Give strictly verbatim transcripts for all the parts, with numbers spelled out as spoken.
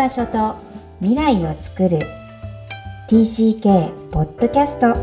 場所と未来をつくる ティーシーケー ポッドキャスト。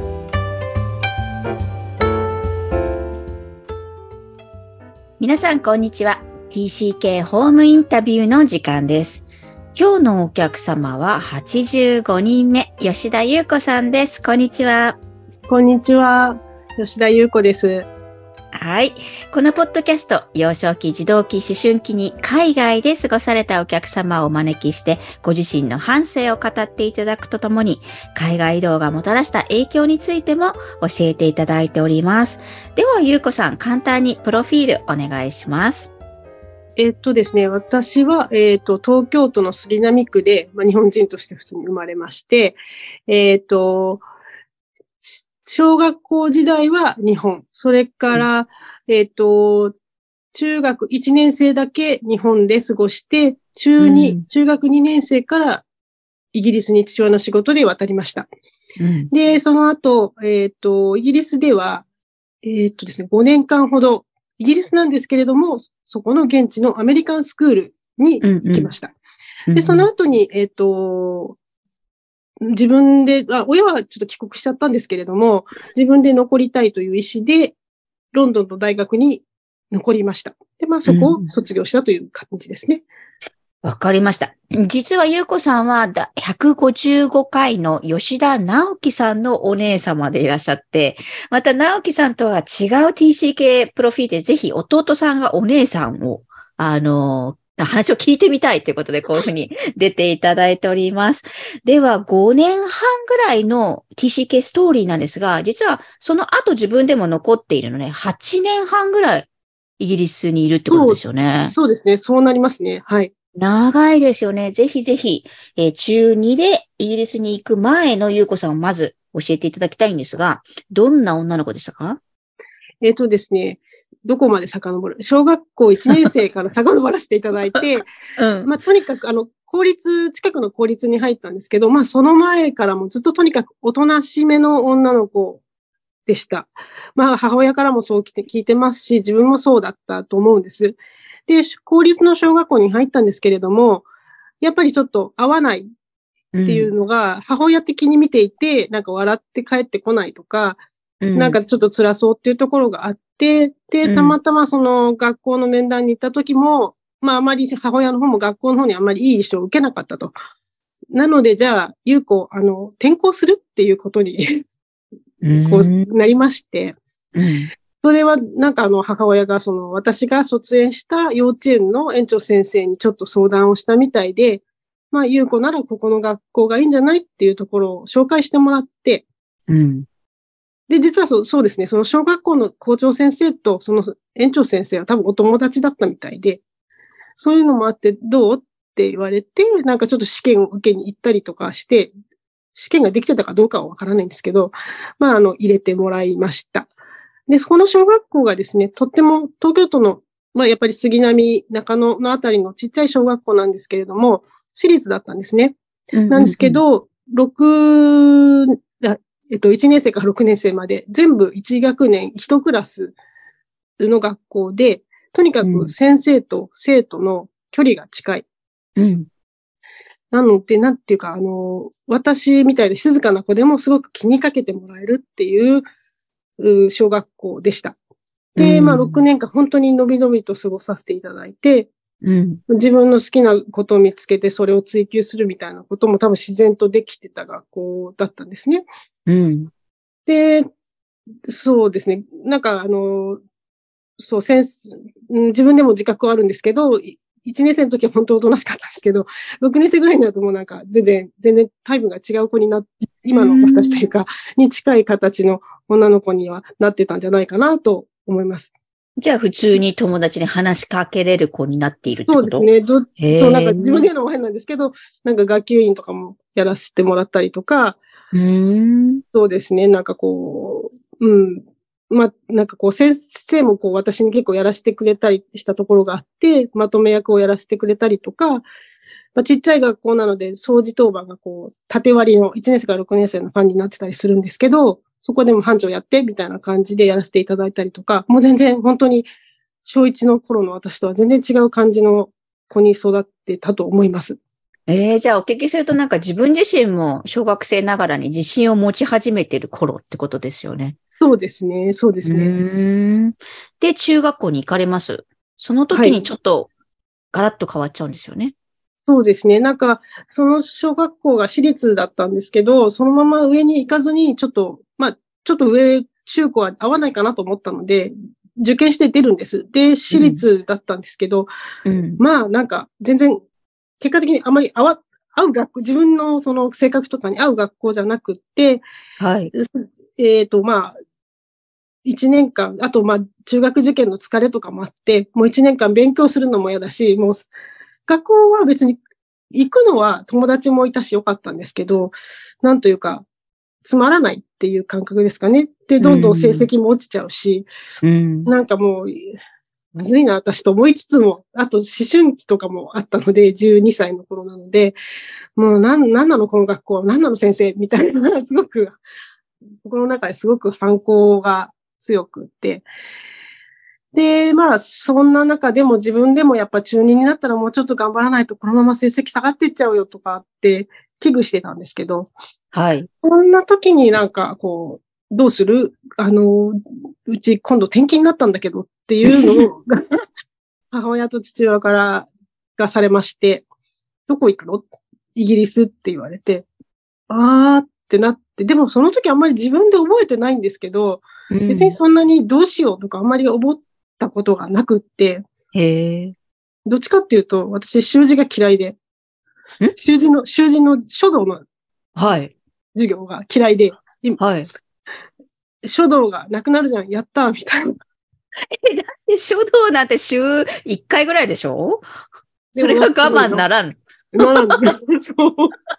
皆さんこんにちは。 ティーシーケー ホームインタビューの時間です。今日のお客様ははちじゅうごにんめ、吉田優子さんです。こんにちは。 こんにちは。吉田優子です。 はい。このポッドキャスト、幼少期、児童期、思春期に海外で過ごされたお客様をお招きして、ご自身の半生を語っていただくとともに、海外移動がもたらした影響についても教えていただいております。では、優子さん、簡単にプロフィールお願いします。 えっとですね、私は、えっと、東京都の杉並区で、まあ、日本人として普通に生まれまして、えっと、小学校時代は日本、それから、うん、えっと、中学いちねん生だけ日本で過ごして、中に、うん、中学にねん生からイギリスに父親の仕事で渡りました。うん、で、その後、えっと、イギリスでは、えっとですね、ごねんかんほど、イギリスなんですけれども、そこの現地のアメリカンスクールに行きました。うんうん、で、その後に、えっと、自分で、あ、親はちょっと帰国しちゃったんですけれども、自分で残りたいという意思で、ロンドンの大学に残りました。で、まあそこを卒業したという感じですね。 わ、うん、かりました。実は優子さんはひゃくごじゅうごかいの吉田直樹さんのお姉様でいらっしゃって、また直樹さんとは違う ティーシーケー プロフィールでぜひ弟さんがお姉さんを、あの、話を聞いてみたいということでこういうふうに出ていただいております。ではごねんはんぐらいの ティーシーケー ストーリーなんですが、実はその後自分でも残っているのね、はちねんはんぐらいイギリスにいるってことですよね。 そう、そうですね。そうなりますね。はい。 長いですよね。ぜひぜひ、えー、中にでイギリスに行く前の優子さんをまず教えていただきたいんですが、どんな女の子でしたか？ えっとですね、どこまで遡る？小学校いちねん生から遡らせていただいて、うん、まあ、とにかく、あの、公立、近くの公立に入ったんですけど、まあ、その前からもずっととにかくおとなしめの女の子でした。まあ、母親からもそう聞いてますし、自分もそうだったと思うんです。で、公立の小学校に入ったんですけれども、やっぱりちょっと合わないっていうのが、母親的に見ていて、なんか笑って帰ってこないとか、なんかちょっと辛そうっていうところがあって、で、たまたまその学校の面談に行った時も、まああまり母親の方も学校の方にあまりいい印象を受けなかったと。なので、じゃあ、優子、あの、転校するっていうことにこうなりまして、それはなんかあの母親がその私が卒園した幼稚園の園長先生にちょっと相談をしたみたいで、まあ、優子ならここの学校がいいんじゃないっていうところを紹介してもらって、うんで、実はそう、そうですね、その小学校の校長先生とその園長先生は多分お友達だったみたいで、そういうのもあってどうって言われて、なんかちょっと試験を受けに行ったりとかして、試験ができてたかどうかはわからないんですけど、まあ、あの、入れてもらいました。で、この小学校がですね、とっても東京都の、まあ、やっぱり杉並、中野のあたりのちっちゃい小学校なんですけれども、私立だったんですね。うんうんうん、なんですけど、ろく、えっと、いちねん生からろくねん生まで、全部いち学年いちクラスの学校で、とにかく先生と生徒の距離が近い。うん、なので、なんていうか、あの、私みたいで静かな子でもすごく気にかけてもらえるっていう小学校でした。で、まあろくねんかん本当にのびのびと過ごさせていただいて、うん、自分の好きなことを見つけてそれを追求するみたいなことも多分自然とできてた学校だったんですね。うん、で、そうですね。なんかあの、そう、センス、自分でも自覚はあるんですけど、いちねん生の時は本当おとなしかったんですけど、ろくねん生ぐらいになるともうなんか全然、全然タイプが違う子になって、今の私というか、に近い形の女の子にはなってたんじゃないかなと思います。 じゃあ普通に友達に話しかけれる子になっているってこと？ そうですね。どそう、なんか自分で言うのも変なんですけど、なんか学級委員とかもやらせてもらったりとか、うーんそうですね。なんかこう、うん。まあ、なんかこう先生もこう私に結構やらせてくれたりしたところがあって、まとめ役をやらせてくれたりとか、まあ、ちっちゃい学校なので掃除当番がこう縦割りのいちねん生からろくねん生のファンになってたりするんですけど、そこでも班長やってみたいな感じでやらせていただいたりとか、もう全然本当に小いちの頃の私とは全然違う感じの子に育ってたと思います。 ええー、じゃあお聞きするとなんか自分自身も小学生ながらに自信を持ち始めてる頃ってことですよね。 そうですね。そうですね。 うーん。で、中学校に行かれます。その時にはい。 ちょっとガラッと変わっちゃうんですよね。 そうですね。なんか、その小学校が私立だったんですけど、そのまま上に行かずに、ちょっと、まあ、ちょっと上、中高は合わないかなと思ったので、受験して出るんです。で、私うん。 立だったんですけど、 うん。 まあ、なんか、全然、結果的にあまり合わ、合う学校、自分のその性格とかに合う学校じゃなくって、 はい。 えっと、まあ、一年間、あと、まあ、中学受験の疲れとかもあって、もう一年間勉強するのも嫌だし、もう、学校は別に行くのは友達もいたしよかったんですけど、なんというか、つまらないっていう感覚ですかね。で、 うどんどん成ん。 績も落ちちゃうし、 うん。 なんかもう、まずいな、私と思いつつも、あと思春期とかもあったので、じゅうにさいの頃なので、もうなん、なんなのこの学校は、なんなの先生みたいな、すごく、心の中ですごく反抗が強くって、で、まあ、そんな中でも自分でもやっぱ中にになったらもうちょっと頑張らないとこのまま成績下がっていっちゃうよとかって危惧してたんですけど、 はい。 そんな時になんかこう、どうするあの、うち今度転勤になったんだけどっていうのを母親と父親からがされまして、どこ行くのイギリスって言われて、あーってなって、でもその時あんまり自分で覚えてないんですけど、 うん。 別にそんなにどうしようとかあんまり思ったことがなくって、 へえ。 どっちかっていうと、私、習字が嫌いで、 ん習字の、習字の書道のはい。 授業が嫌いで、 はい。 書道がなくなるじゃん、やったーみたいな。 え、だって書道なんて週いっかいぐらいでしょ？ でもなんかすそれが我ごいの、 慢ならん。 ならん。そう。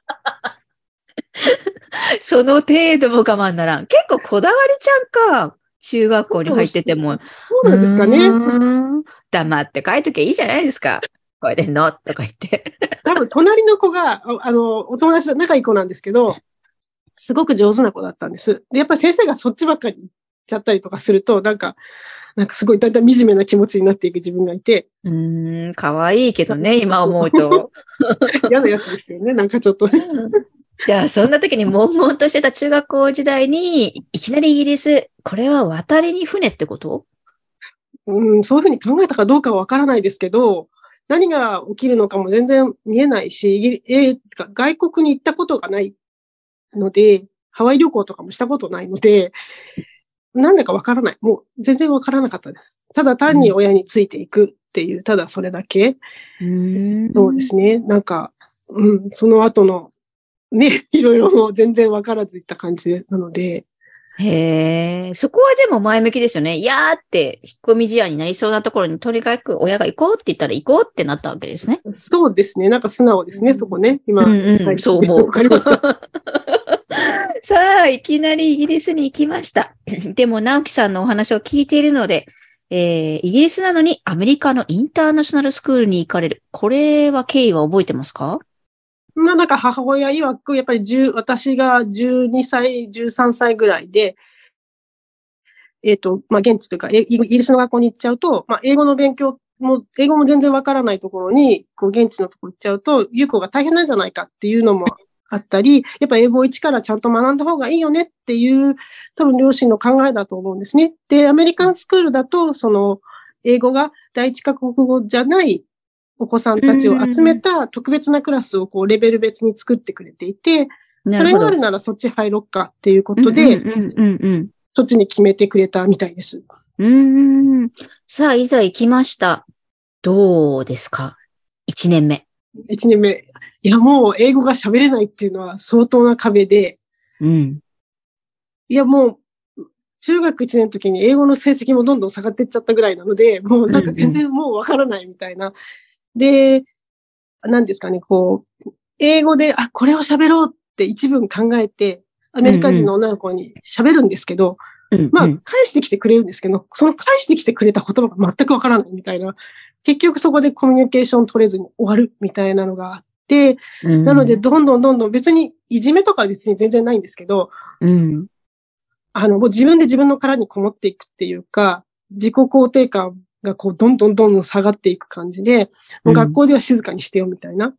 その程度も我慢ならん。結構こだわりちゃんか。中学校に入ってそう、 ても。 そううなんですかね。 ーん。黙って書いときゃいいじゃないですか。これでのとか言って。 多分、隣の子が、ああの、お友達と仲いい子なんですけど、すごく上手な子だったんです。で、やっぱり先生がそっちばっかり言っちゃったりとかすると、なんか、なんかすごいだんだん惨めな気持ちになっていく自分がいて、 うーん、かわいいけどね、今思うと。 嫌なやつですよね、なんかちょっとね。 じゃあ、そんな時に悶々としてた中学校時代に、いきなりイギリス、これは渡りに船ってこと？ うん、そういうふうに考えたかどうかはわからないですけど、何が起きるのかも全然見えないし、えー、外国に行ったことがないので、ハワイ旅行とかもしたことないので、なんだかわからない。もう全然わからなかったです。ただ単にうん。 親についていくっていう、ただそれだけ。 うーん。 そうですね。なんか、うん、その後のね、いろいろもう全然わからずいった感じなので、 へえ、そこはでも前向きですよね。いやーって引っ込み思案になりそうなところにとにかく親が行こうって言ったら行こうってなったわけですね。 そうですね。なんか素直ですね、そこね。 うん今、 うん、 はい、聞いてわそう思う。 かりました。 さあ、いきなりイギリスに行きました。でも、直樹さんのお話を聞いているので、えー、イギリスなのにアメリカのインターナショナルスクールに行かれる。これは経緯は覚えてますか？ まあなんか母親曰く、やっぱりじゅう私がじゅうにさい、じゅうさんさいぐらいで、えっ、と、まあ現地というか、イギリスの学校に行っちゃうと、まあ英語の勉強も、英語も全然わからないところに、こう現地のところ行っちゃうと、有効が大変なんじゃないかっていうのもあったり、やっぱ英語を一からちゃんと学んだ方がいいよねっていう、多分両親の考えだと思うんですね。で、アメリカンスクールだと、その、英語が第一カ国語じゃないお子さんうたちを集めん。 た特別なクラスをこうレベル別に作ってくれていて、それがあるなるほど。 ならそっち入ろっかっていうこうんうんとで、 うんうんうん。 そっちに決めてくれたみたいです。 うーん。さあ、いざ行きました。どうですか？一年目。 一年目。いや、もう英語が喋れないっていうのは相当な壁で、 うん。 いや、もう、中学一年の時に英語の成績もどんどん下がっていっちゃったぐらいなので、もうなんか全うんうん。 然もうわからないみたいな。で、何ですかね、こう、英語で、あ、これを喋ろうって一文考えて、アメリカ人のうんうん。 女の子に喋るんですけど、まあ、 うんうん。 返してきてくれるんですけど、その返してきてくれた言葉が全くわからないみたいな。結局そこでコミュニケーション取れずに終わるみたいなのがあって、 うなので、 ん。 どんどんどんどん別にいじめとかは別に全然ないんですけど、 うん。 あの、もう自分で自分の殻にこもっていくっていうか、自己肯定感がこう、どんどんどんどん下がっていく感じで、もう学うん。 校では静かにしてよみたいな。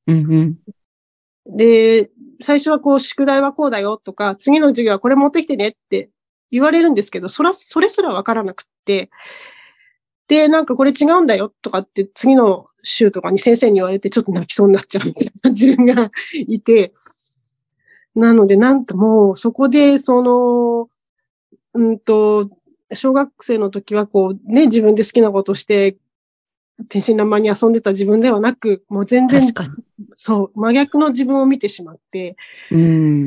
うんうん、 で、最初はこう、宿題はこうだよとか、次の授業はこれ持ってきてねって言われるんですけど、そら、それすらわからなくって、で、なんかこれ違うんだよとかって次の週とかに先生に言われてちょっと泣きそうになっちゃうみたいな自分がいて、なのでなんかもうそこでその、うんと、小学生の時はこうね、自分で好きなことをして天真爛漫に遊んでた自分ではなく、もう全然、そう、真逆の自分を見てしまって、 うん、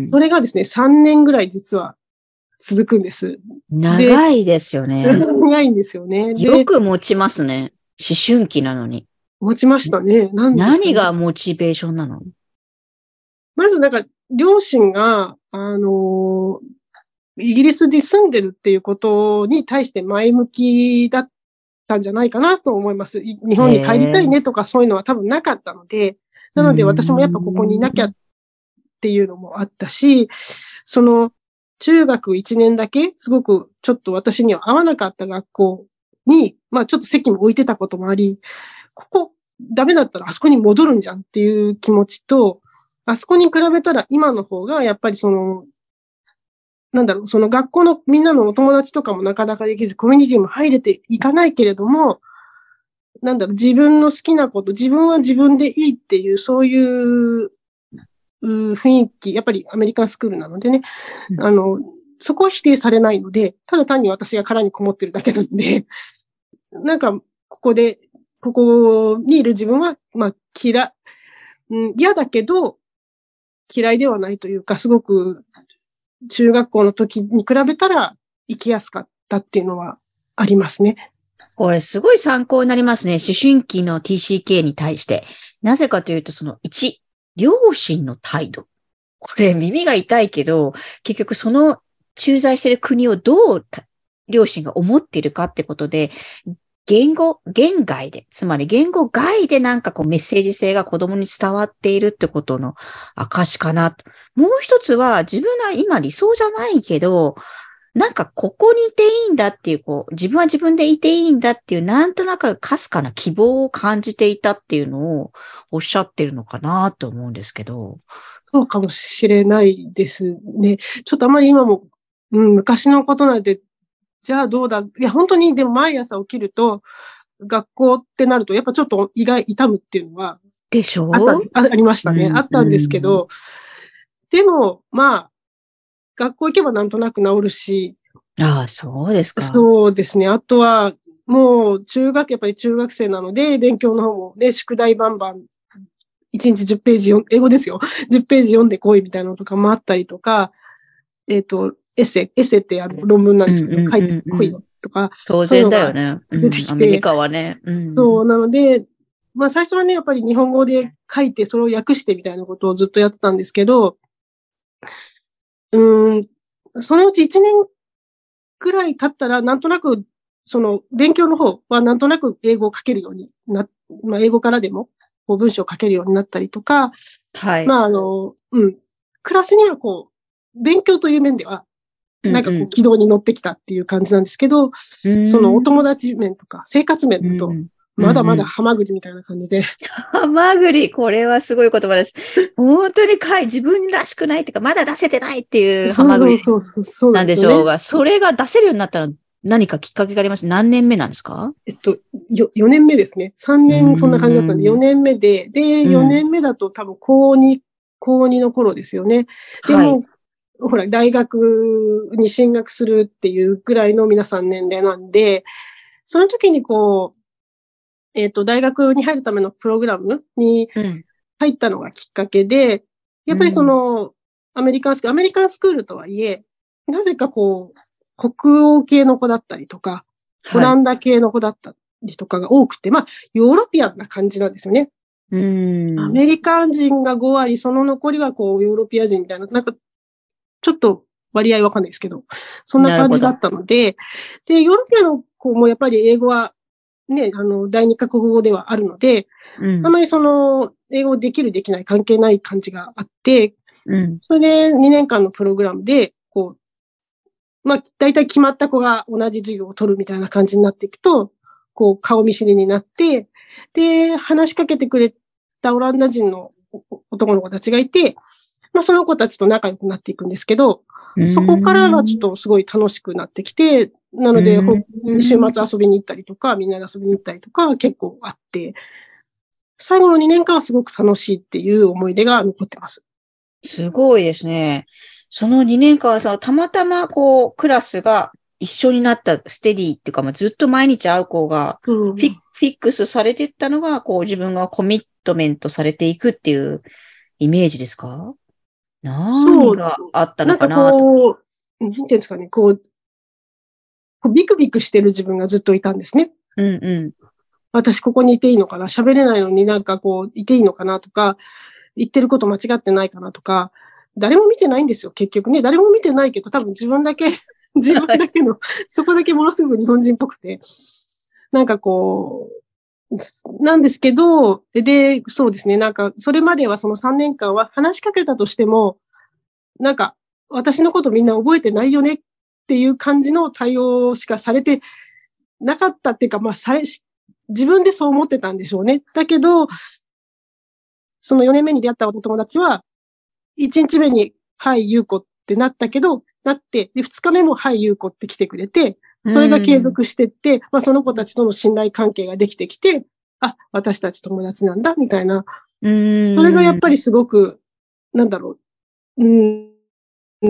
それがですね、さんねんぐらい実は続くんです。 長いですよね。 長いんですよね。 よく持ちますね。思春期なのに。 持ちましたね。何ですかね、 何がモチベーションなの？ まずなんか、両親が、あの、イギリスで住んでるっていうことに対して前向きだったんじゃないかなと思います。日本に帰りたいねとかそういうのは多分なかったので、なので私もやっぱここにいなきゃっていうのもあったし、その、中学いちねんだけ、すごくちょっと私には合わなかった学校に、まあちょっと席も置いてたこともあり、ここダメだったらあそこに戻るんじゃんっていう気持ちと、あそこに比べたら今の方がやっぱりその、なんだろう、その学校のみんなのお友達とかもなかなかできず、コミュニティも入れていかないけれども、なんだろう、自分の好きなこと、自分は自分でいいっていう、そういう雰囲気、やっぱりアメリカンスクールなのでね、うん、あの、そこは否定されないので、ただ単に私が殻にこもってるだけなんで、なんか、ここで、ここにいる自分は、まあ、嫌、うん、嫌だけど、嫌いではないというか、すごく、中学校の時に比べたら生きやすかったっていうのはありますね。 これすごい参考になりますね。思春期の ティーシーケー に対して。なぜかというと、そのいち、両親の態度。これ耳が痛いけど、結局その駐在している国をどう両親が思っているかってことで、言語、言外で、つまり言語外でなんかこうメッセージ性が子供に伝わっているってことの証かなと。もう一つは自分は今理想じゃないけど、なんかここにいていいんだっていう、こう、自分は自分でいていいんだっていう、なんとなくかすかな希望を感じていたっていうのをおっしゃってるのかなと思うんですけど。 そうかもしれないですね。ちょっとあまり今も、うん、昔のことなんて、じゃあどうだ。いや、本当にでも毎朝起きると、学校ってなると、やっぱちょっと胃が痛むっていうのは、 でしょうあ, あ, ありましたね、うん。あったんですけど、うん、でも、まあ、学校行けばなんとなく治るし。 ああ、そうですか。 そうですね。あとは、もう中学、やっぱり中学生なので、勉強の方もね、宿題バンバン、いちにちじゅっページ、英語ですよ。じゅっページ読んでこいみたいなのとかもあったりとか、えっ、ー、と、エッセイ、エッセイってあの論文なんですけど、うんうんうんうん、書いてこいよとか。 当然だよね。 出てきて、 うん、アメリカはね、 うん。そう、なので、まあ最初はね、やっぱり日本語で書いて、それを訳してみたいなことをずっとやってたんですけど、うーん、そのうちいちねんくらい経ったら、なんとなく、その、勉強の方はなんとなく英語を書けるようにな、まあ英語からでも、こう文章を書けるようになったりとか、 はい。 まああの、うん、クラスにはこう、勉強という面では、なんかこう軌道に乗ってきたっていう感じなんですけど、うんうん、そのお友達面とか生活面だと、まだまだハマグリみたいな感じで。 ハマグリ、これはすごい言葉です。本当にかい、自分らしくないっていうか、まだ出せてないっていうハマグリなんでしょうが、それが出せるようになったら何かきっかけがありました？何年目なんですか？ えっと、よ、よねんめですね。さんねんそんな感じだったんで、よねんめで、で、よねんめだと多分高に、高にの頃ですよね。でも、はい、ほら、大学に進学するっていうぐらいの皆さん年齢なんで、その時にこう、えっと、大学に入るためのプログラムに入ったのがきっかけで、うん、やっぱりその、アメリカンスクール、アメリカンスクールとはいえ、なぜかこう、北欧系の子だったりとか、オランダ系の子だったりとかが多くて、はい、まあ、ヨーロピアンな感じなんですよね。 うん、 アメリカ人がごわり、その残りはこう、ヨーロピア人みたいな、なんか、ちょっと割合わかんないですけど、そんな感じだったので、で、ヨーロピアの子もやっぱり英語はね、あの、第二カ国語ではあるので、うん、あまりその、英語できるできない関係ない感じがあって、 うん、 それでにねんかんのプログラムで、こう、まあ、大体決まった子が同じ授業を取るみたいな感じになっていくと、こう、顔見知りになって、で、話しかけてくれたオランダ人の男の子たちがいて、まあその子たちと仲良くなっていくんですけど、そこからはちょっとすごい楽しくなってきて、なので、週末遊びに行ったりとか、みんなで遊びに行ったりとか結構あって、最後のにねんかんはすごく楽しいっていう思い出が残ってます。 すごいですね。そのにねんかんはさ、たまたまこう、クラスが一緒になったステディっていうか、まあ、ずっと毎日会う子がフィ、うん、フィックスされていったのが、こう自分がコミットメントされていくっていうイメージですか？何があったのかなと。 なんかこう、なんていうんですかね、こう、こうビクビクしてる自分がずっといたんですね。 うんうん。 私ここにいていいのかな？喋れないのになんかこう、いていいのかなとか、言ってること間違ってないかなとか、誰も見てないんですよ、結局ね。誰も見てないけど、多分自分だけ、自分だけの、そこだけものすごく日本人っぽくて。なんかこう、なんですけど、で、そうですね、なんか、それまではそのさんねんかんは話しかけたとしても、なんか、私のことみんな覚えてないよねっていう感じの対応しかされてなかったっていうか、まあ、され、自分でそう思ってたんでしょうね。だけど、そのよねんめに出会ったお友達は、いちにちめに、はい、ゆうこってなったけど、なって、で、ふつかめも、はい、ゆうこって来てくれて、それが継続してって、まあ、その子たちとの信頼関係ができてきて、あ、私たち友達なんだ、みたいな。 うん。 それがやっぱりすごく、なんだろう、うん、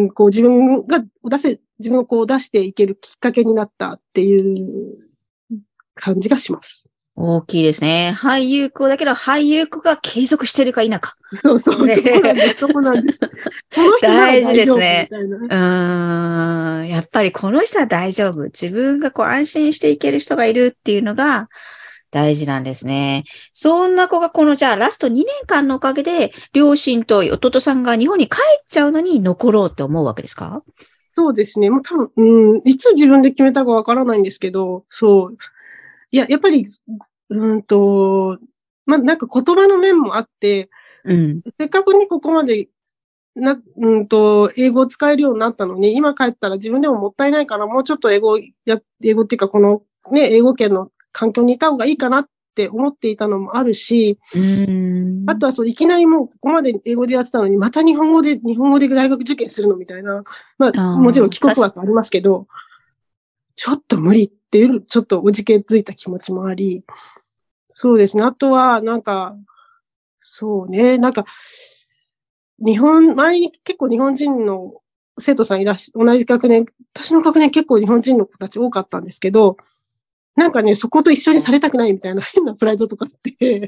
こう自分が出せ、自分をこう出していけるきっかけになったっていう感じがします。 大きいですね。俳優子だけど、俳優子が継続してるか否か。 そうそう、ね、そうなんです、そうなんです。この人なら大丈夫みたいな。大事ですね。 うーん。やっぱりこの人は大丈夫。自分がこう安心していける人がいるっていうのが大事なんですね。そんな子がこのじゃあラストにねんかんのおかげで、両親と弟さんが日本に帰っちゃうのに残ろうって思うわけですか？ そうですね。もう多分、うん、いつ自分で決めたかわからないんですけど、そう。いや、やっぱり、うんと、ま、なんか言葉の面もあって、 うん、 せっかくにここまで、な、うんと、英語を使えるようになったのに、今帰ったら自分でももったいないから、もうちょっと英語や、英語っていうかこのね、英語圏の環境にいた方がいいかなって思っていたのもあるし、 うーん、 あとはそう、いきなりもうここまで英語でやってたのに、また日本語で、日本語で大学受験するのみたいな。まあ、あもちろん帰国枠ありますけど、ちょっと無理っていう、ちょっとおじけづいた気持ちもあり、そうですね。あとは、なんか、そうね、なんか、日本、周りに結構日本人の生徒さんいらっしゃ、同じ学年、私の学年結構日本人の子たち多かったんですけど、なんかね、そこと一緒にされたくないみたいな変なプライドとかあって、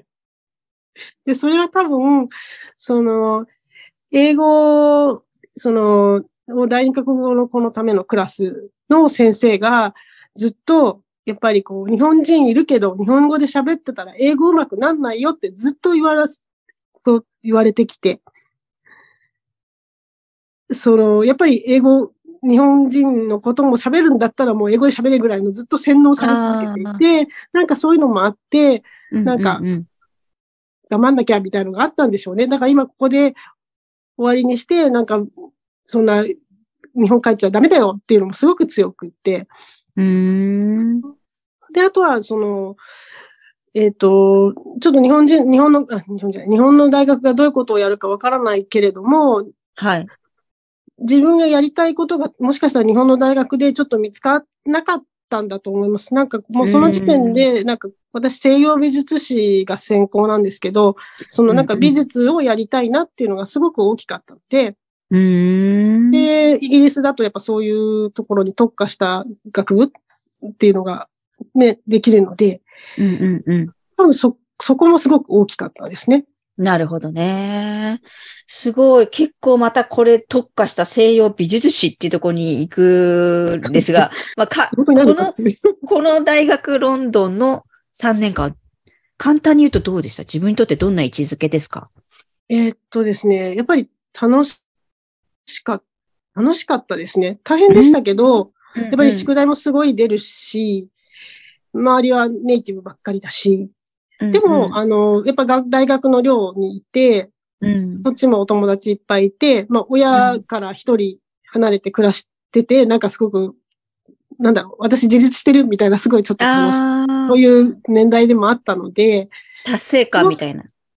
で、それは多分、その、英語、その、第二外国語の子のためのクラスの先生がずっと、やっぱりこう、日本人いるけど、日本語で喋ってたら英語上手くなんないよってずっと言わらす、そう言われてきて、その、やっぱり英語、日本人のことも喋るんだったらもう英語で喋れるぐらいのずっと洗脳され続けていて、なんかそういうのもあって、なんか、我慢なきゃみたいなのがあったんでしょうね。だから今ここで終わりにして、なんか、そんな、日本帰っちゃダメだよっていうのもすごく強く言って。 うーん。 で、あとは、その、えっと、ちょっと日本人、日本の、あ、日本じゃない、日本の大学がどういうことをやるかわからないけれども、 はい。 自分がやりたいことが、もしかしたら日本の大学でちょっと見つからなかったんだと思います。なんかもうその時点で、なんか私西洋美術史が専攻なんですけど、そのなんか美術をやりたいなっていうのがすごく大きかったので、 うーんで、イギリスだとやっぱそういうところに特化した学部っていうのがね、できるので、 うんうんうん、 多分そ、そこもすごく大きかったですね。 なるほどね。すごい。結構またこれ特化した西洋美術史っていうところに行くんですが、まあ、か、この、この大学ロンドンのさんねんかん、簡単に言うとどうでした？自分にとってどんな位置づけですか？ えー、っとですね、やっぱり楽しか、楽しかったですね。大変でしたけど、うん、やっぱり宿題もすごい出るし、周りはネイティブばっかりだし、でも、うんうん、あの、やっぱ大学の寮にいて、うん、そっちもお友達いっぱいいて、まあ、親から一人離れて暮らしてて、うん、なんかすごく、なんだろう、私自立してるみたいな、すごいちょっと楽しい、そういう年代でもあったので、 達成感みたいな。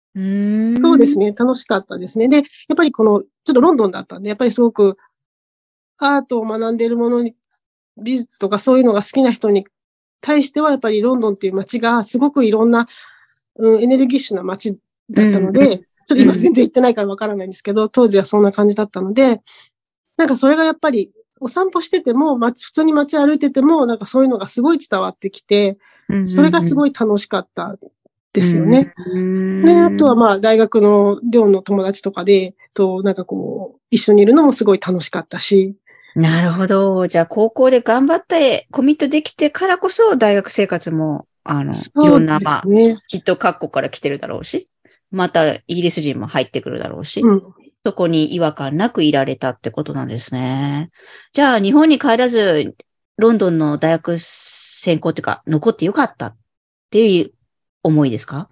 うーん。 そうですね。楽しかったですね。で、やっぱりこの、ちょっとロンドンだったんで、やっぱりすごくアートを学んでいるものに、美術とかそういうのが好きな人に対しては、やっぱりロンドンっていう街がすごくいろんな、うん、エネルギッシュな街だったので、うん、それ今全然行ってないからわからないんですけど、当時はそんな感じだったので、なんかそれがやっぱり、お散歩してても、街、普通に街歩いてても、なんかそういうのがすごい伝わってきて、それがすごい楽しかったですよね。で、あとはまあ、大学の寮の友達とかで、と、なんかこう、一緒にいるのもすごい楽しかったし。 なるほど。じゃあ、高校で頑張ってコミットできてからこそ、大学生活も、あの、いろんな、まあ、きっと各国から来てるだろうし、またイギリス人も入ってくるだろうし、うん、そこに違和感なくいられたってことなんですね。じゃあ、日本に帰らず、ロンドンの大学専攻っていうか、残ってよかったっていう思いですか？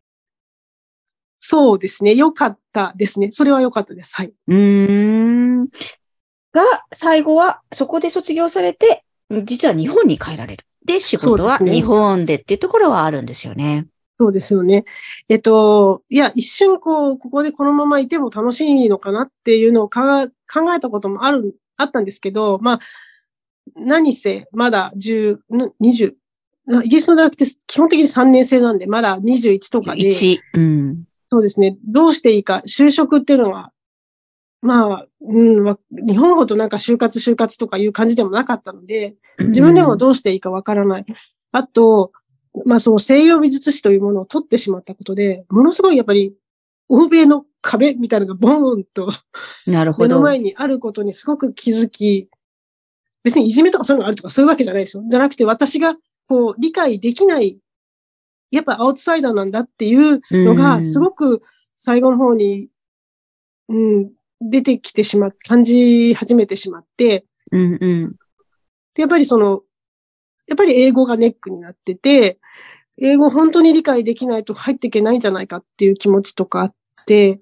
そうですね。よかったですね。それはよかったです。はい。 うーん。が、最後は、そこで卒業されて、実は日本に帰られる。で、仕事は日本でっていうところはあるんですよね。 そうですよね。えっと、いや、一瞬こう、ここでこのままいても楽しいのかなっていうのをか考えたこともある、あったんですけど、まあ、何せ、まだじゅう、にじゅう、イギリスの大学って基本的にさんねん生なんで、まだにじゅういちとかで、 いち、うん、 そうですね。どうしていいか、就職っていうのは、まあ、うん、日本ほどなんか就活就活とかいう感じでもなかったので、自分でもどうしていいかわからない。うん、あと、まあその西洋美術史というものを取ってしまったことで、ものすごいやっぱり欧米の壁みたいなのがボーンとなるほど。 目の前にあることにすごく気づき、別にいじめとかそういうのがあるとかそういうわけじゃないですよ。じゃなくて私がこう理解できない、やっぱアウトサイダーなんだっていうのがすごく最後の方に、うん、出てきてしまっ、感じ始めてしまって、 うんうん、 で、やっぱりその、やっぱり英語がネックになってて、英語本当に理解できないと入っていけないんじゃないかっていう気持ちとかあって、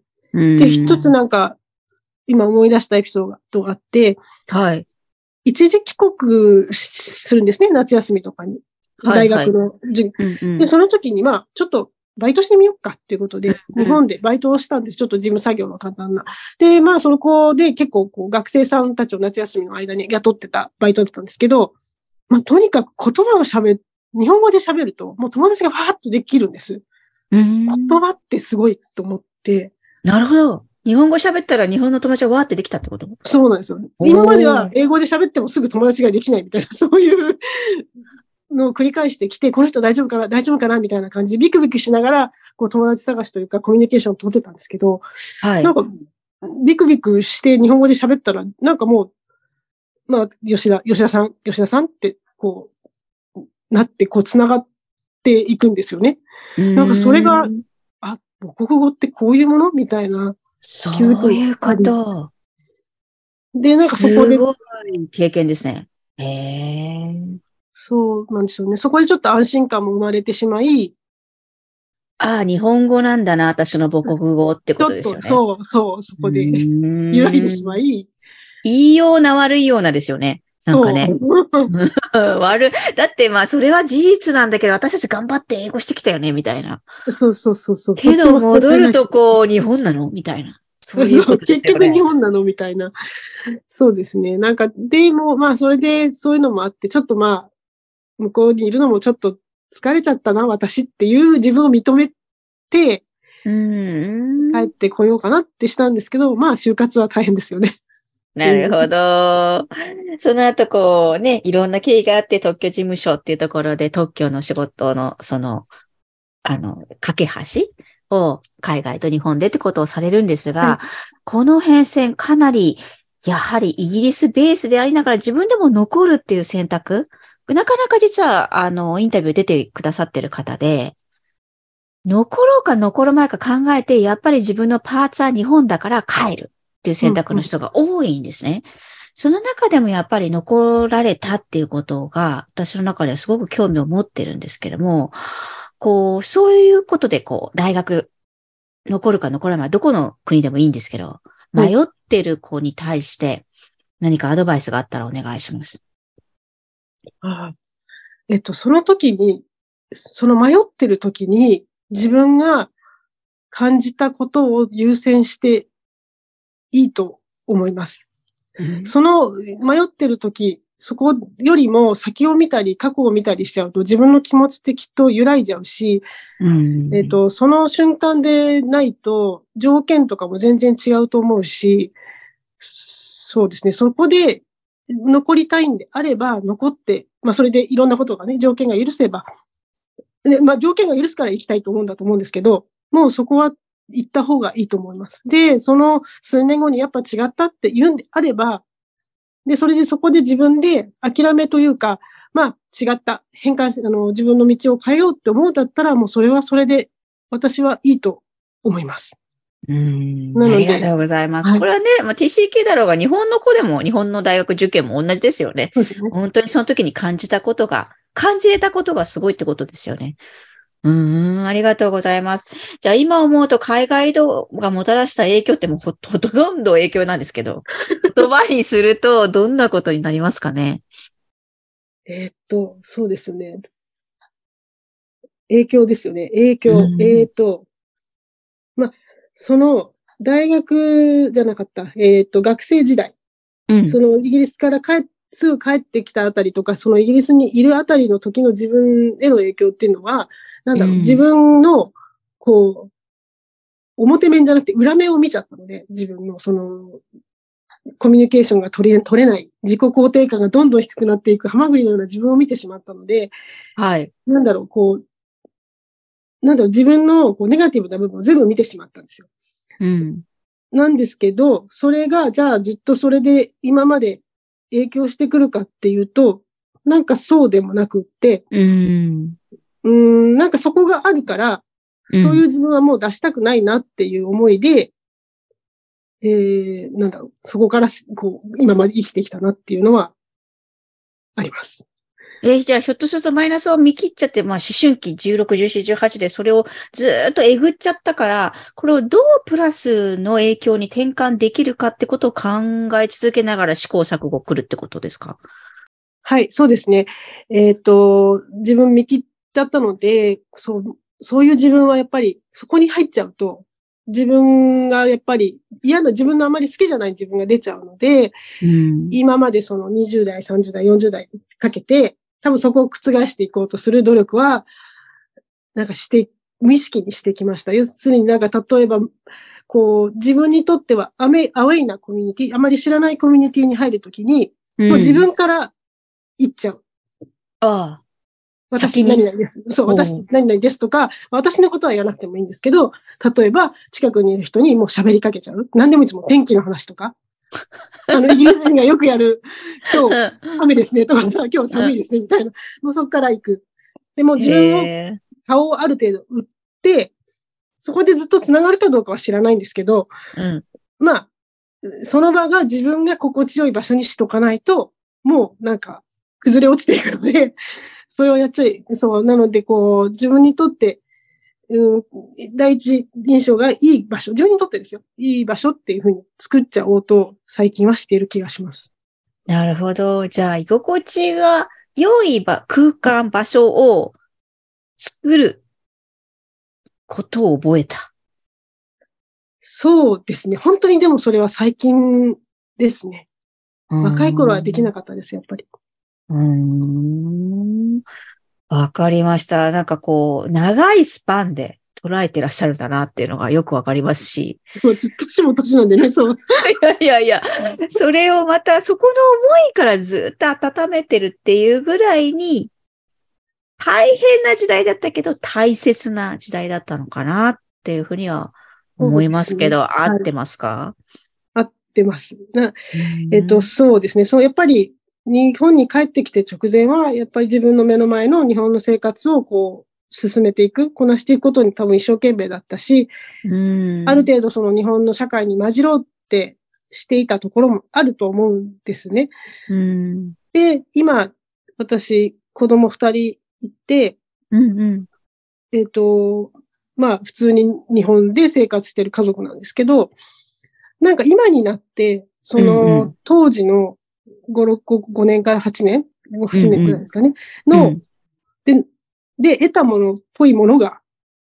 で、一つなんか、今思い出したエピソードがあって、 はい。 一時帰国するんですね、夏休みとかに。大学の授業、はいはいうんうん。で、その時に、まあ、ちょっと、バイトしてみようかっていうことで、日本でバイトをしたんです。ちょっと事務作業の簡単な。で、まあ、そこで結構こう学生さんたちを夏休みの間に雇ってたバイトだったんですけど、まあ、とにかく言葉を喋る、日本語で喋ると、もう友達がわーっとできるんです。 うん言葉ってすごいと思って。 なるほど。日本語喋ったら日本の友達がわーってできたってこと？ そうなんですよ。今までは英語で喋ってもすぐ友達ができないみたいな、そういうのを繰り返してきて、この人大丈夫かな大丈夫かなみたいな感じでビクビクしながら、こう友達探しというかコミュニケーションを取ってたんですけど、 はい。 なんか、ビクビクして日本語で喋ったら、なんかもう、まあ、吉田、吉田さん、吉田さんって、こう、なって、こう、繋がっていくんですよね。なんかそれが、あ、母国語ってこういうものみたいな。 そういうこと。 で、なんかそこで。 すごい経験ですね。へえ。 そうなんですよね。そこでちょっと安心感も生まれてしまい。 ああ、日本語なんだな、私の母国語ってことですよね。 そう、そう、そこで揺らいでしまい。いいような悪いようなですよね。なんかね。悪い。だってまあそれは事実なんだけど、私たち頑張って英語してきたよね、みたいな。 そうそうそうそう。 けど戻るとこう、日本なのみたいな。そういうことですよね。 結局日本なのみたいな。そうですね。なんか、でもまあそれでそういうのもあって、ちょっとまあ、向こうにいるのもちょっと疲れちゃったな、私っていう自分を認めて、 うん帰ってこようかなってしたんですけど、まあ就活は大変ですよね。 なるほど。その後こうね、いろんな経緯があって特許事務所っていうところで特許の仕事のその、あの、架け橋を海外と日本でってことをされるんですが、はい、この変遷かなりやはりイギリスベースでありながら自分でも残るっていう選択、なかなか実はあのインタビュー出てくださってる方で、残ろうか残る前か考えて、やっぱり自分のパーツは日本だから帰るっていう選択の人が多いんですね。うんうん、その中でもやっぱり残られたっていうことが、私の中ではすごく興味を持ってるんですけども、こう、そういうことでこう、大学、残るか残らない、どこの国でもいいんですけど、迷ってる子に対して何かアドバイスがあったらお願いします。 ああ、えっと、その時に、その迷ってる時に、自分が感じたことを優先していいと思います。うん、その迷ってるとき、そこよりも先を見たり過去を見たりしちゃうと自分の気持ちってきっと揺らいじゃうし、うん、えっと、その瞬間でないと条件とかも全然違うと思うし、そうですね、そこで残りたいんであれば残って、まあそれでいろんなことがね、条件が許せば、でまあ条件が許すから行きたいと思うんだと思うんですけど、もうそこは行った方がいいと思います。で、その数年後にやっぱ違ったって言うんであれば、で、それでそこで自分で諦めというか、まあ違った、変換、あの、自分の道を変えようって思うんだったら、もうそれはそれで私はいいと思います。 うん。なので。ありがとうございます。はい、これはね、まあ、ティーシーケー だろうが、日本の子でも、日本の大学受験も同じですよね。 そうですね。 本当にその時に感じたことが、感じれたことがすごいってことですよね。うーん、ありがとうございます。じゃあ今思うと海外移動がもたらした影響ってもうほとんど影響なんですけど、言葉にするとどんなことになりますかね。 えー、っと、そうですね。影響ですよね。影響。えー、っと、まあ、その大学じゃなかった、えー、っと、学生時代、うん、そのイギリスから帰って、すぐ帰ってきたあたりとか、そのイギリスにいるあたりの時の自分への影響っていうのは、なんだろう、うん、自分の、こう、表面じゃなくて裏面を見ちゃったので、自分のその、コミュニケーションが取れ、取れない、自己肯定感がどんどん低くなっていく、ハマグリのような自分を見てしまったので、 はい。 なんだろう、こう、なんだろう、自分のこうネガティブな部分を全部見てしまったんですよ。 うん。 なんですけど、それが、じゃあずっとそれで今まで影響してくるかっていうと、なんかそうでもなくって、 うん。 うーん、なんかそこがあるから、そういう自分はもう出したくないなっていう思いで、うん、えー、なんだろう、そこからこう、今まで生きてきたなっていうのは、あります。 えー、じゃあひょっとするとマイナスを見切っちゃって、まあ思春期じゅうろく、じゅうよん、じゅうはちでそれをずーっとえぐっちゃったから、これをどうプラスの影響に転換できるかってことを考え続けながら試行錯誤来るってことですか？ はい、そうですね。えっと、自分見切っちゃったので、そう、そういう自分はやっぱりそこに入っちゃうと、自分がやっぱり嫌な自分のあまり好きじゃない自分が出ちゃうので、うん、今までそのにじゅう代、さんじゅう代、よんじゅう代かけて、多分そこを覆していこうとする努力は、なんかして、無意識にしてきました。要するになんか例えば、こう、自分にとってはアメ、アウェイなコミュニティ、あまり知らないコミュニティに入るときに、うん、もう自分から言っちゃう。 ああ。 私何々です。そう、私何々ですとか、私のことは言わなくてもいいんですけど、例えば近くにいる人にもう喋りかけちゃう。何でもいつも天気の話とか。あの、イギリス人がよくやる、今日雨ですねとか、今日寒いですねみたいな。もうそこから行く。でも自分を、顔をある程度打って、そこでずっと繋がるかどうかは知らないんですけど、うん、まあ、その場が自分が心地よい場所にしとかないと、もうなんか崩れ落ちていくので、それをやっちゃい、そう、なのでこう、自分にとって、うん、第一印象がいい場所、自分にとってですよ。いい場所っていうふうに作っちゃおうと最近はしている気がします。 なるほど。じゃあ、居心地が良い場、空間、場所を作ることを覚えた。 そうですね。本当にでもそれは最近ですね。若い頃はできなかったです、やっぱり。 うーん。わかりました。なんかこう、長いスパンで捉えてらっしゃるんだなっていうのがよくわかりますし。 そう、ずっと年も年なんでね、そう。 いやいやいや、それをまたそこの思いからずっと温めてるっていうぐらいに、大変な時代だったけど、大切な時代だったのかなっていうふうには思いますけど、ね、合ってますか？ はい、合ってます。なえっと、そうですね。そう、やっぱり、日本に帰ってきて直前は、やっぱり自分の目の前の日本の生活をこう、進めていく、こなしていくことに多分一生懸命だったし、 うんある程度その日本の社会に混じろうってしていたところもあると思うんですね。 うんで、今、私、子供二人いて、 うんうん、 えっと、まあ、普通に日本で生活している家族なんですけど、なんか今になって、その、うんうん、当時のご、ろく、ごねんからはちねん、はちねんくらいですかね、うんうん、の、で、で、得たものっぽいものが、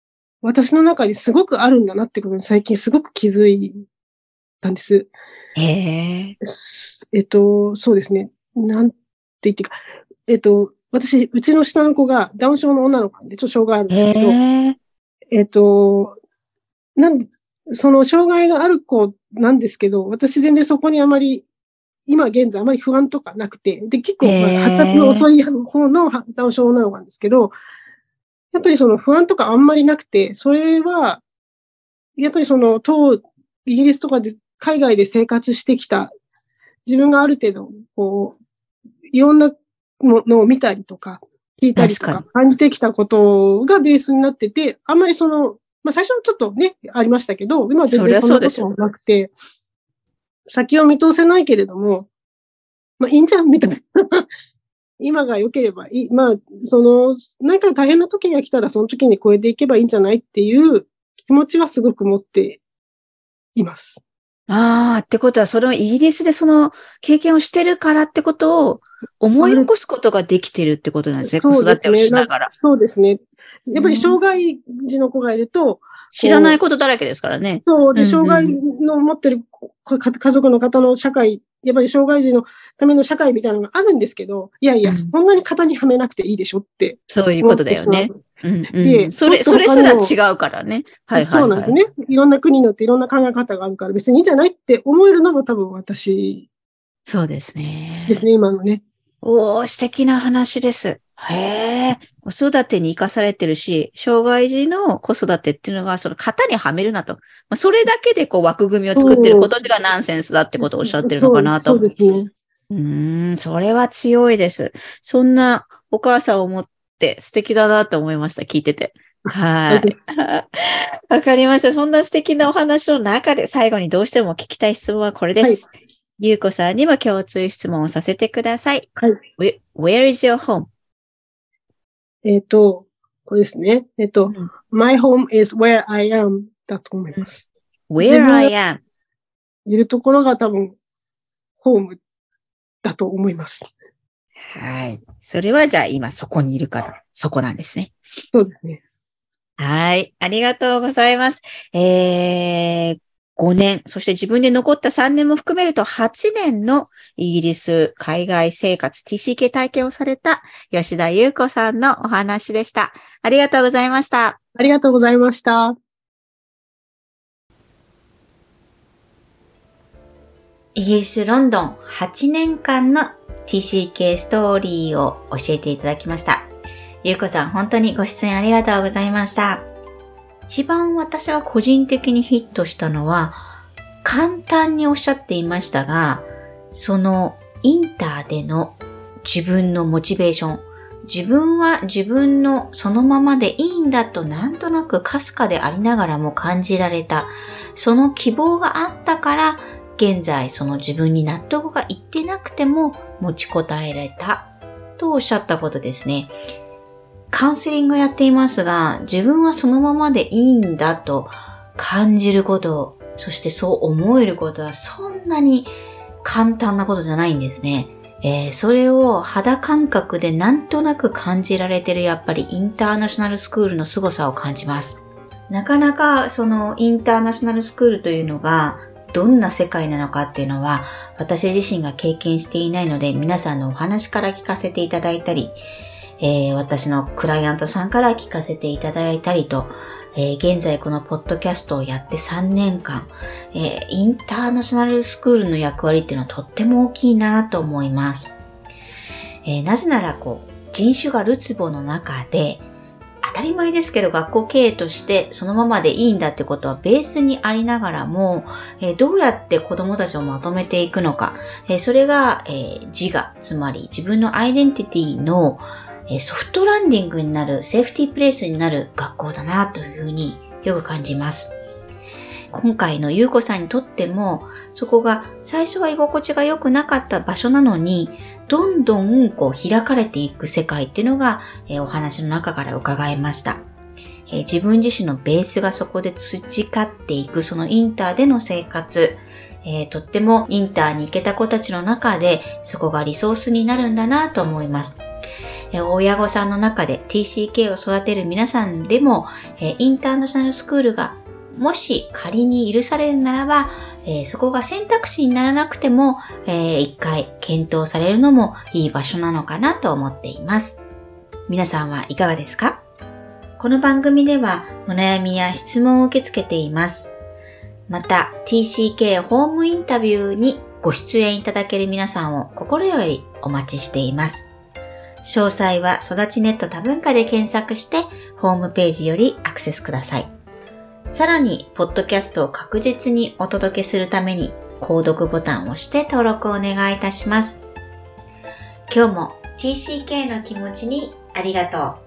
私の中にすごくあるんだなってことに最近すごく気づいたんです。 へえ。 えっと、そうですね。なんて言ってか、えっと、私、うちの下の子がダウン症の女の子でちょっと障害あるんですけど、 へえっと、なん、その障害がある子なんですけど、私全然そこにあまり、今現在あまり不安とかなくて、で、結構、まあ、発達の遅い方のダウン症の女の子なんですけど、やっぱりその不安とかあんまりなくて、それは、やっぱりその、当、イギリスとかで、海外で生活してきた、自分がある程度、こう、いろんなものを見たりとか、聞いたりとか、感じてきたことがベースになってて、あんまりその、まあ最初はちょっとね、ありましたけど、今は全然そんなこともなくて、先を見通せないけれども、まあいいんじゃん、みたいな。今が良ければいい。まあ、その、何か大変な時が来たらその時に超えていけばいいんじゃないっていう気持ちはすごく持っています。 ああ、ってことは、そのイギリスでその経験をしてるからってことを思い起こすことができてるってことなんですね。 そうですね。 子育てをしながら。 そうですね。やっぱり障害児の子がいると、 知らないことだらけですからね。 そう。で、障害の持ってる家族の方の社会、やっぱり障害児のための社会みたいなのがあるんですけど、いやいや、そんなに型にはめなくていいでしょって。 そういうことだよね。うんうん、 で、 それ、それすら違うからね。はいはい、はい。 そうなんですね。いろんな国によっていろんな考え方があるから別にいいんじゃないって思えるのが多分私。 そうですね。 ですね、今のね。 おー、素敵な話です。へえ。子育てに生かされてるし、障害児の子育てっていうのが、その型にはめるなと。まあ、それだけでこう枠組みを作ってることがナンセンスだってことをおっしゃってるのかなと。 そうですね。 うーん、それは強いです。そんなお母さんを持って素敵だなと思いました。聞いてて。はい。わかりました。そんな素敵なお話の中で最後にどうしても聞きたい質問はこれです。はい、ゆうこさんにも共通質問をさせてください。 はい。 Where is your home? えっと、これですね。えっと、うん、My home is where I am だと思います。 Where I am. いるところが多分、ホームだと思います。 はい。それはじゃあ今そこにいるから、そこなんですね。 そうですね。 はい。ありがとうございます。えー、ごねん、そして自分で残ったさんねんも含めるとはちねんのイギリス海外生活 ティーシーケー 体験をされた吉田優子さんのお話でした。ありがとうございました。 ありがとうございました。 イギリス・ロンドンはちねんかんの ティーシーケー ストーリーを教えていただきました。ゆうこさん、本当にご出演ありがとうございました。一番私が個人的にヒットしたのは、簡単におっしゃっていましたが、そのインターでの自分のモチベーション、自分は自分のそのままでいいんだとなんとなくかすかでありながらも感じられた、その希望があったから、現在その自分に納得がいってなくても持ちこたえられたとおっしゃったことですね。カウンセリングをやっていますが、自分はそのままでいいんだと感じること、そしてそう思えることはそんなに簡単なことじゃないんですね。えー、それを肌感覚でなんとなく感じられてるやっぱりインターナショナルスクールの凄さを感じます。なかなかそのインターナショナルスクールというのがどんな世界なのかっていうのは私自身が経験していないので皆さんのお話から聞かせていただいたり、えー、私のクライアントさんから聞かせていただいたりと、えー、現在このポッドキャストをやってさんねんかん、えー、インターナショナルスクールの役割っていうのはとっても大きいなと思います。えー、なぜならこう人種がるつぼの中で当たり前ですけど学校経営としてそのままでいいんだってことはベースにありながらも、えー、どうやって子どもたちをまとめていくのか、えー、それが、えー、自我、つまり自分のアイデンティティのソフトランディングになる、セーフティープレイスになる学校だなというふうによく感じます。今回のゆうこさんにとっても、そこが最初は居心地が良くなかった場所なのに、どんどんこう開かれていく世界っていうのが、えー、お話の中から伺えました。えー、自分自身のベースがそこで培っていくそのインターでの生活、えー、とってもインターに行けた子たちの中でそこがリソースになるんだなと思います。 親御さんの中で ティーシーケー を育てる皆さんでも、インターナショナルスクールがもし仮に許されるならば、えー、そこが選択肢にならなくても、えー、一回検討されるのもいい場所なのかなと思っています。皆さんはいかがですか？この番組ではお悩みや質問を受け付けています。また ティーシーケー ホームインタビューにご出演いただける皆さんを心よりお待ちしています。詳細は育ちネット多文化で検索してホームページよりアクセスください。さらに、ポッドキャストを確実にお届けするために、購読ボタンを押して登録をお願いいたします。今日も ティーシーケー の気持ちにありがとう。